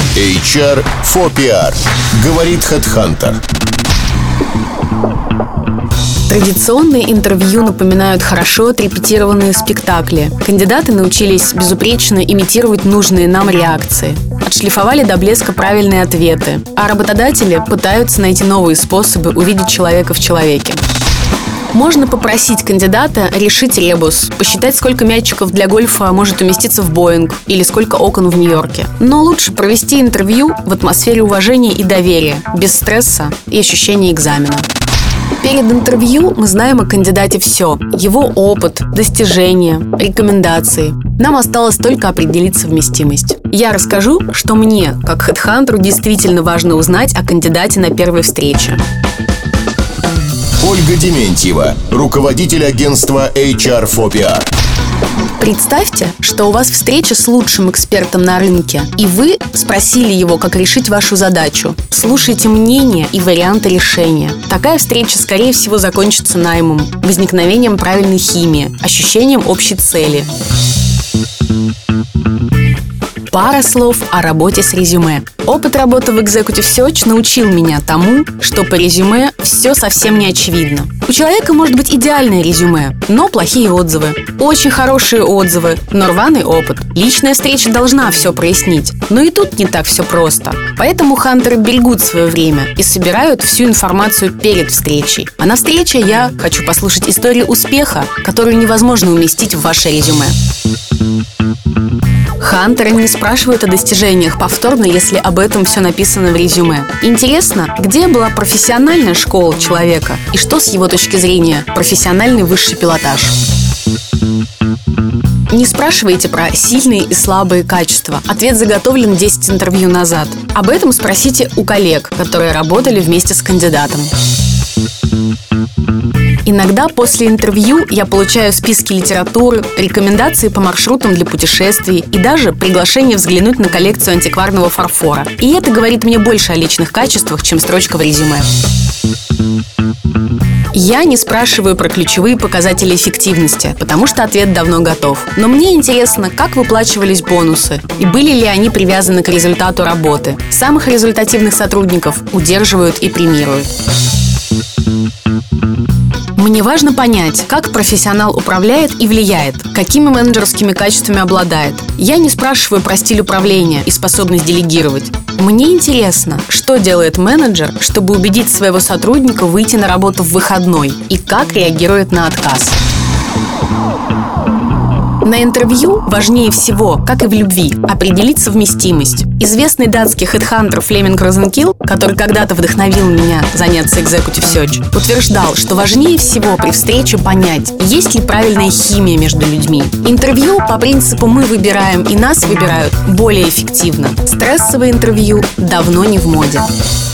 HR for PR. Говорит HeadHunter. Традиционные интервью напоминают хорошо отрепетированные спектакли. Кандидаты научились безупречно имитировать нужные нам реакции. Отшлифовали до блеска правильные ответы. А работодатели пытаются найти новые способы увидеть человека в человеке. Можно попросить кандидата решить ребус, посчитать, сколько мячиков для гольфа может уместиться в Боинг или сколько окон в Нью-Йорке. Но лучше провести интервью в атмосфере уважения и доверия, без стресса и ощущения экзамена. Перед интервью мы знаем о кандидате все. Его опыт, достижения, рекомендации. Нам осталось только определить совместимость. Я расскажу, что мне, как HeadHunter, действительно важно узнать о кандидате на первой встрече. Ольга Дементьева, руководитель агентства HR for PR. Представьте, что у вас встреча с лучшим экспертом на рынке, и вы спросили его, как решить вашу задачу. Слушайте мнения и варианты решения. Такая встреча, скорее всего, закончится наймом, возникновением правильной химии, ощущением общей цели. Пара слов о работе с резюме. Опыт работы в Executive Search научил меня тому, что по резюме все совсем не очевидно. У человека может быть идеальное резюме, но плохие отзывы. Очень хорошие отзывы, но рваный опыт. Личная встреча должна все прояснить. Но и тут не так все просто. Поэтому хантеры берегут свое время и собирают всю информацию перед встречей. А на встрече я хочу послушать историю успеха, которую невозможно уместить в ваше резюме. Хантеры не спрашивают о достижениях повторно, если об этом все написано в резюме. Интересно, где была профессиональная школа человека и что с его точки зрения профессиональный высший пилотаж. Не спрашивайте про сильные и слабые качества. Ответ заготовлен 10 интервью назад. Об этом спросите у коллег, которые работали вместе с кандидатом. Иногда после интервью я получаю списки литературы, рекомендации по маршрутам для путешествий и даже приглашение взглянуть на коллекцию антикварного фарфора. И это говорит мне больше о личных качествах, чем строчка в резюме. Я не спрашиваю про ключевые показатели эффективности, потому что ответ давно готов. Но мне интересно, как выплачивались бонусы и были ли они привязаны к результату работы. Самых результативных сотрудников удерживают и премируют. Мне важно понять, как профессионал управляет и влияет, какими менеджерскими качествами обладает. Я не спрашиваю про стиль управления и способность делегировать. Мне интересно, что делает менеджер, чтобы убедить своего сотрудника выйти на работу в выходной, и как реагирует на отказ. На интервью важнее всего, как и в любви, определить совместимость. Известный датский хедхантер Флеминг Розенкилл, который когда-то вдохновил меня заняться Executive Search, утверждал, что важнее всего при встрече понять, есть ли правильная химия между людьми. Интервью по принципу «мы выбираем и нас выбирают» более эффективно. Стрессовое интервью давно не в моде.